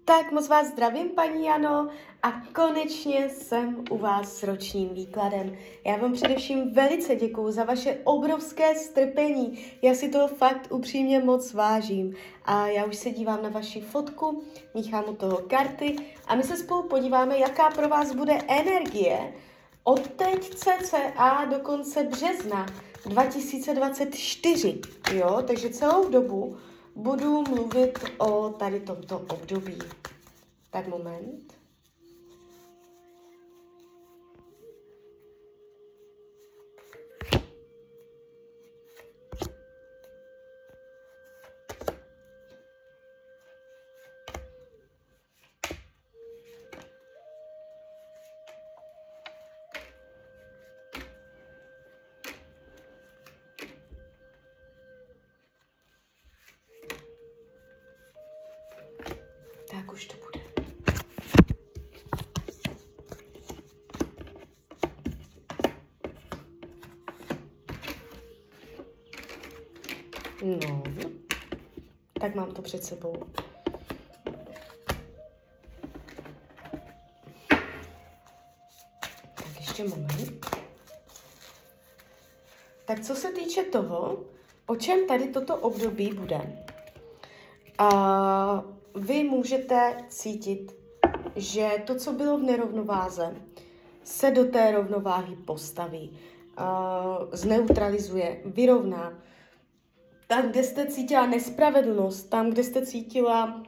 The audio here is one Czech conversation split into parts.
Tak moc vás zdravím, paní Jano, a konečně jsem u vás s ročním výkladem. Já vám především velice děkuju za vaše obrovské strpení. Já si toho fakt upřímně moc vážím. A já už se dívám na vaši fotku, míchám u toho karty a my se spolu podíváme, jaká pro vás bude energie od teď cca do konce března 2024. Jo, takže celou dobu budu mluvit o tady tomto období. Tak moment. Tak už to bude. No, tak mám to před sebou. Tak ještě moment. Tak co se týče toho, o čem tady toto období bude, vy můžete cítit, že to, co bylo v nerovnováze, se do té rovnováhy postaví, zneutralizuje, vyrovná. Tam, kde jste cítila nespravedlnost, tam, kde jste cítila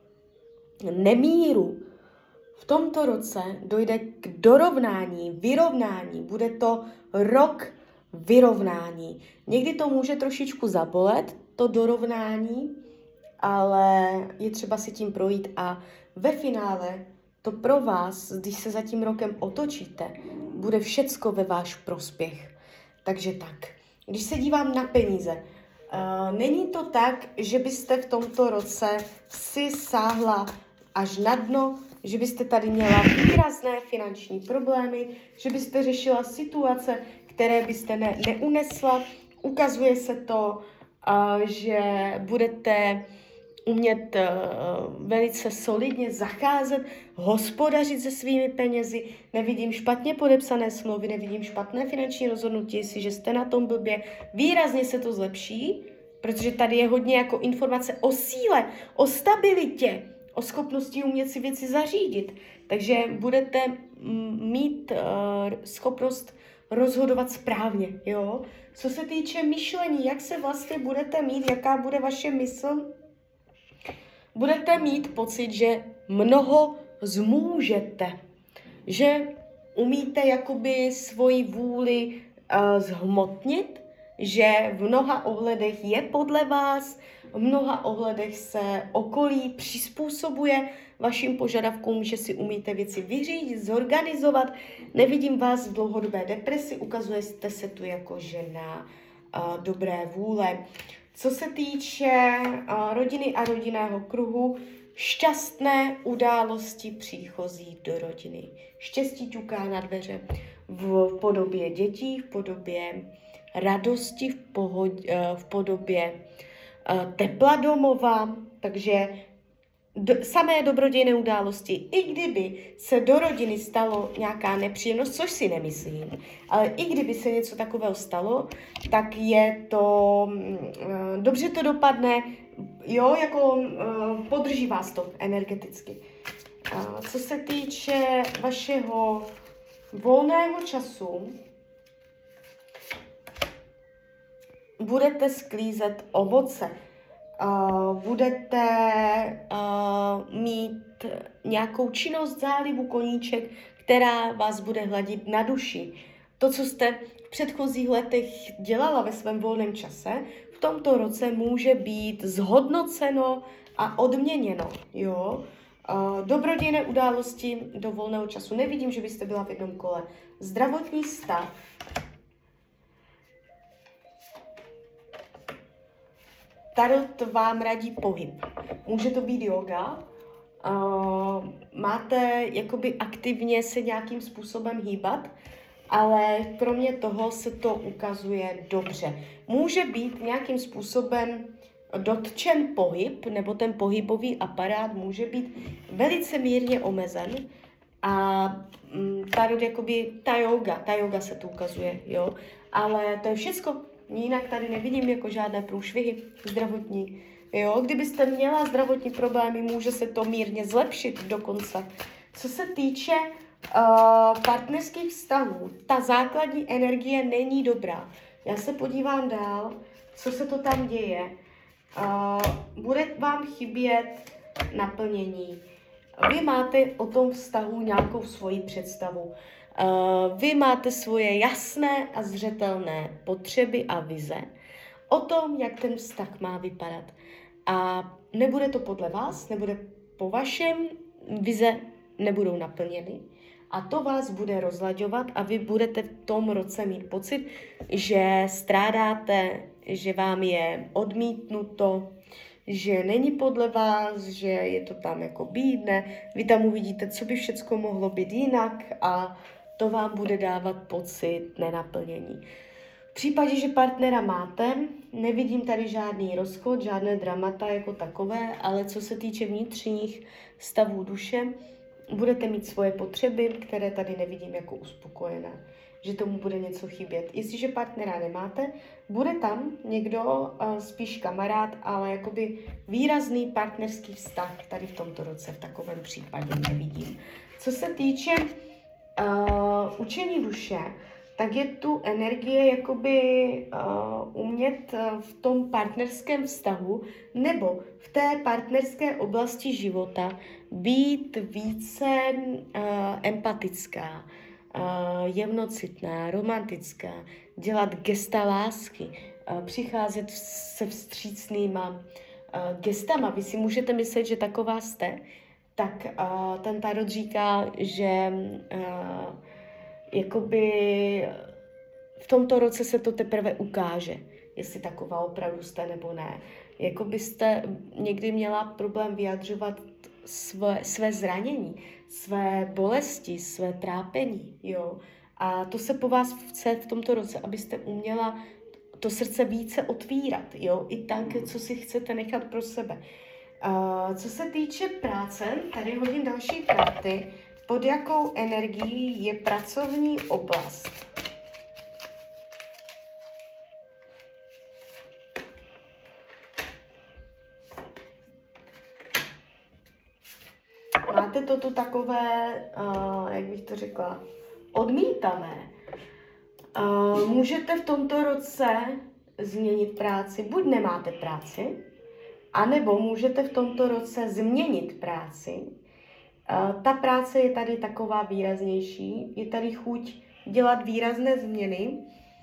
nemíru, v tomto roce dojde k dorovnání, vyrovnání. Bude to rok vyrovnání. Někdy to může trošičku zabolet, to dorovnání, ale je třeba si tím projít a ve finále to pro vás, když se za tím rokem otočíte, bude všecko ve váš prospěch. Takže tak, když se dívám na peníze, není to tak, že byste v tomto roce si sáhla až na dno, že byste tady měla výrazné finanční problémy, že byste řešila situace, které byste neunesla. Ukazuje se to, že budete umět velice solidně zacházet, hospodařit se svými penězi. Nevidím špatně podepsané smlouvy, nevidím špatné finanční rozhodnutí, jestliže jste na tom blbě. Výrazně se to zlepší, protože tady je hodně jako informace o síle, o stabilitě, o schopnosti umět si věci zařídit. Takže budete mít schopnost rozhodovat správně, jo. Co se týče myšlení, jak se vlastně budete mít, jaká bude vaše mysl, budete mít pocit, že mnoho zmůžete, že umíte jakoby svoji vůli zhmotnit, že v mnoha ohledech je podle vás, v mnoha ohledech se okolí přizpůsobuje vašim požadavkům, že si umíte věci vyřídit, zorganizovat. Nevidím vás v dlouhodobé depresi, ukazujete se tu jako žena dobré vůle. Co se týče rodiny a rodinného kruhu, šťastné události příchozí do rodiny. Štěstí ťuká na dveře v podobě dětí, v podobě radosti, v podobě tepla domova, takže samé dobrodějné události. I kdyby se do rodiny stalo nějaká nepříjemnost, což si nemyslím, ale i kdyby se něco takového stalo, tak je to, dobře to dopadne, jo, jako podrží vás to energeticky. Co se týče vašeho volného času, budete sklízet ovoce, budete mít nějakou činnost zálibu koníček, která vás bude hladit na duši. To, co jste v předchozích letech dělala ve svém volném čase, v tomto roce může být zhodnoceno a odměněno. Jo? Dobrodějné události do volného času. Nevidím, že byste byla v jednom kole. Zdravotní stav. Tarot vám radí pohyb. Může to být yoga, máte jakoby aktivně se nějakým způsobem hýbat, ale kromě toho se to ukazuje dobře. Může být nějakým způsobem dotčen pohyb, nebo ten pohybový aparát může být velice mírně omezen. A tady jakoby ta yoga se tu ukazuje, jo. Ale to je všecko. Jinak tady nevidím jako žádné průšvihy zdravotní. Jo, kdybyste měla zdravotní problémy, může se to mírně zlepšit dokonce. Co se týče partnerských vztahů, ta základní energie není dobrá. Já se podívám dál, co se to tam děje. Bude vám chybět naplnění. Vy máte o tom vztahu nějakou svoji představu. Vy máte svoje jasné a zřetelné potřeby a vize o tom, jak ten vztah má vypadat. A nebude to podle vás, nebude po vašem, vize nebudou naplněny. A to vás bude rozlaďovat a vy budete v tom roce mít pocit, že strádáte, že vám je odmítnuto, že není podle vás, že je to tam jako bídne, vy tam uvidíte, co by všecko mohlo být jinak a to vám bude dávat pocit nenaplnění. V případě, že partnera máte, nevidím tady žádný rozchod, žádné dramata jako takové, ale co se týče vnitřních stavů duše, budete mít svoje potřeby, které tady nevidím jako uspokojené, že tomu bude něco chybět. Jestliže partnera nemáte, bude tam někdo, spíš kamarád, ale jakoby výrazný partnerský vztah tady v tomto roce v takovém případě nevidím. Co se týče učení duše, tak je tu energie jakoby umět v tom partnerském vztahu nebo v té partnerské oblasti života být více empatická, jemnocitná, romantická, dělat gesta lásky, přicházet se vstřícnýma gestama. Vy si můžete myslet, že taková jste, tak ten tarot říká, že jakoby v tomto roce se to teprve ukáže, jestli taková opravdu jste nebo ne. Jako byste někdy měla problém vyjadřovat své zranění, své bolesti, své trápení, jo. A to se po vás chce v tomto roce, abyste uměla to srdce více otvírat, jo, i tak, co si chcete nechat pro sebe. Co se týče práce, tady hodím další karty, pod jakou energií je pracovní oblast. Máte to tu takové, jak bych to řekla, odmítavé. Můžete v tomto roce změnit práci, buď nemáte práci, anebo můžete v tomto roce změnit práci. Ta práce je tady taková výraznější, je tady chuť dělat výrazné změny.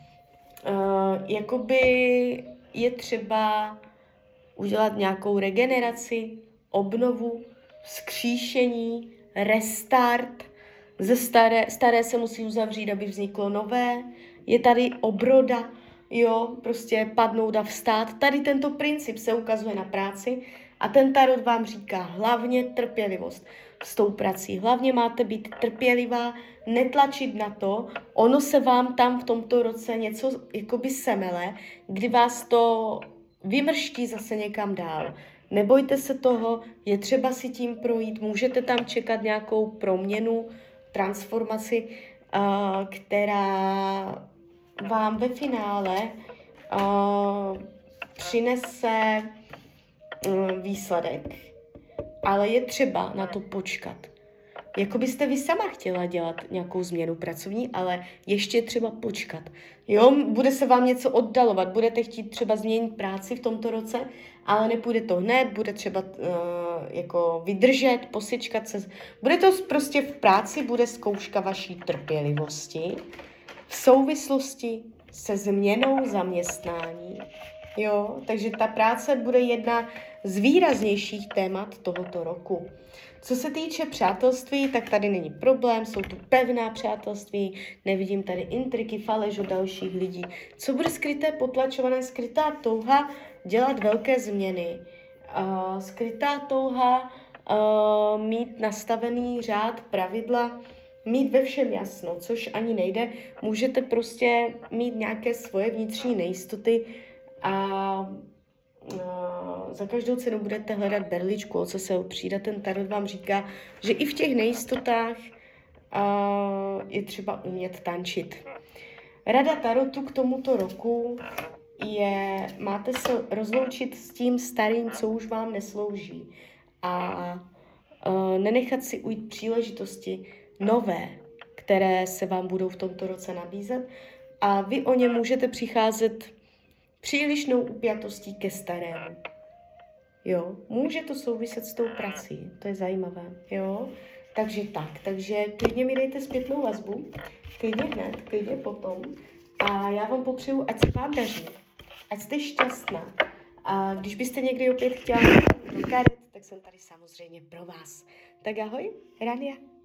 Jakoby je třeba udělat nějakou regeneraci, obnovu, vzkříšení, restart. Ze staré se musí uzavřít, aby vzniklo nové. Je tady obroda, jo, prostě padnout a vstát. Tady tento princip se ukazuje na práci a ten tarot vám říká hlavně trpělivost s tou prací. Hlavně máte být trpělivá, netlačit na to, ono se vám tam v tomto roce něco jakoby semele, kdy vás to vymrští zase někam dál. Nebojte se toho, je třeba si tím projít, můžete tam čekat nějakou proměnu, transformaci, která vám ve finále přinese výsledek, ale je třeba na to počkat. Jako byste vy sama chtěla dělat nějakou změnu pracovní, ale ještě třeba počkat. Jo, bude se vám něco oddalovat, budete chtít třeba změnit práci v tomto roce, ale nepůjde to hned, bude třeba jako vydržet, posečkat se. Bude to prostě v práci, bude zkouška vaší trpělivosti v souvislosti se změnou zaměstnání. Jo, takže ta práce bude jedna z výraznějších témat tohoto roku. Co se týče přátelství, tak tady není problém, jsou tu pevná přátelství, nevidím tady intriky, faleš od dalších lidí. Co bude skryté, potlačované, skrytá touha dělat velké změny. Skrytá touha mít nastavený řád, pravidla, mít ve všem jasno, což ani nejde. Můžete prostě mít nějaké svoje vnitřní nejistoty a za každou cenu budete hledat berličku, o co se opřít. Ten tarot vám říká, že i v těch nejistotách je třeba umět tančit. Rada tarotu k tomuto roku je, máte se rozloučit s tím starým, co už vám neslouží a nenechat si ujít příležitosti nové, které se vám budou v tomto roce nabízet a vy o ně můžete přicházet přílišnou upjatostí ke starému. Jo, může to souviset s tou prací, to je zajímavé, jo. Takže klidně mi dejte zpětnou vazbu, klidně hned, klidně potom a já vám popřeju, ať se vám daří, ať jste šťastná a když byste někdy opět chtěla do karet, tak jsem tady samozřejmě pro vás. Tak ahoj, Rania.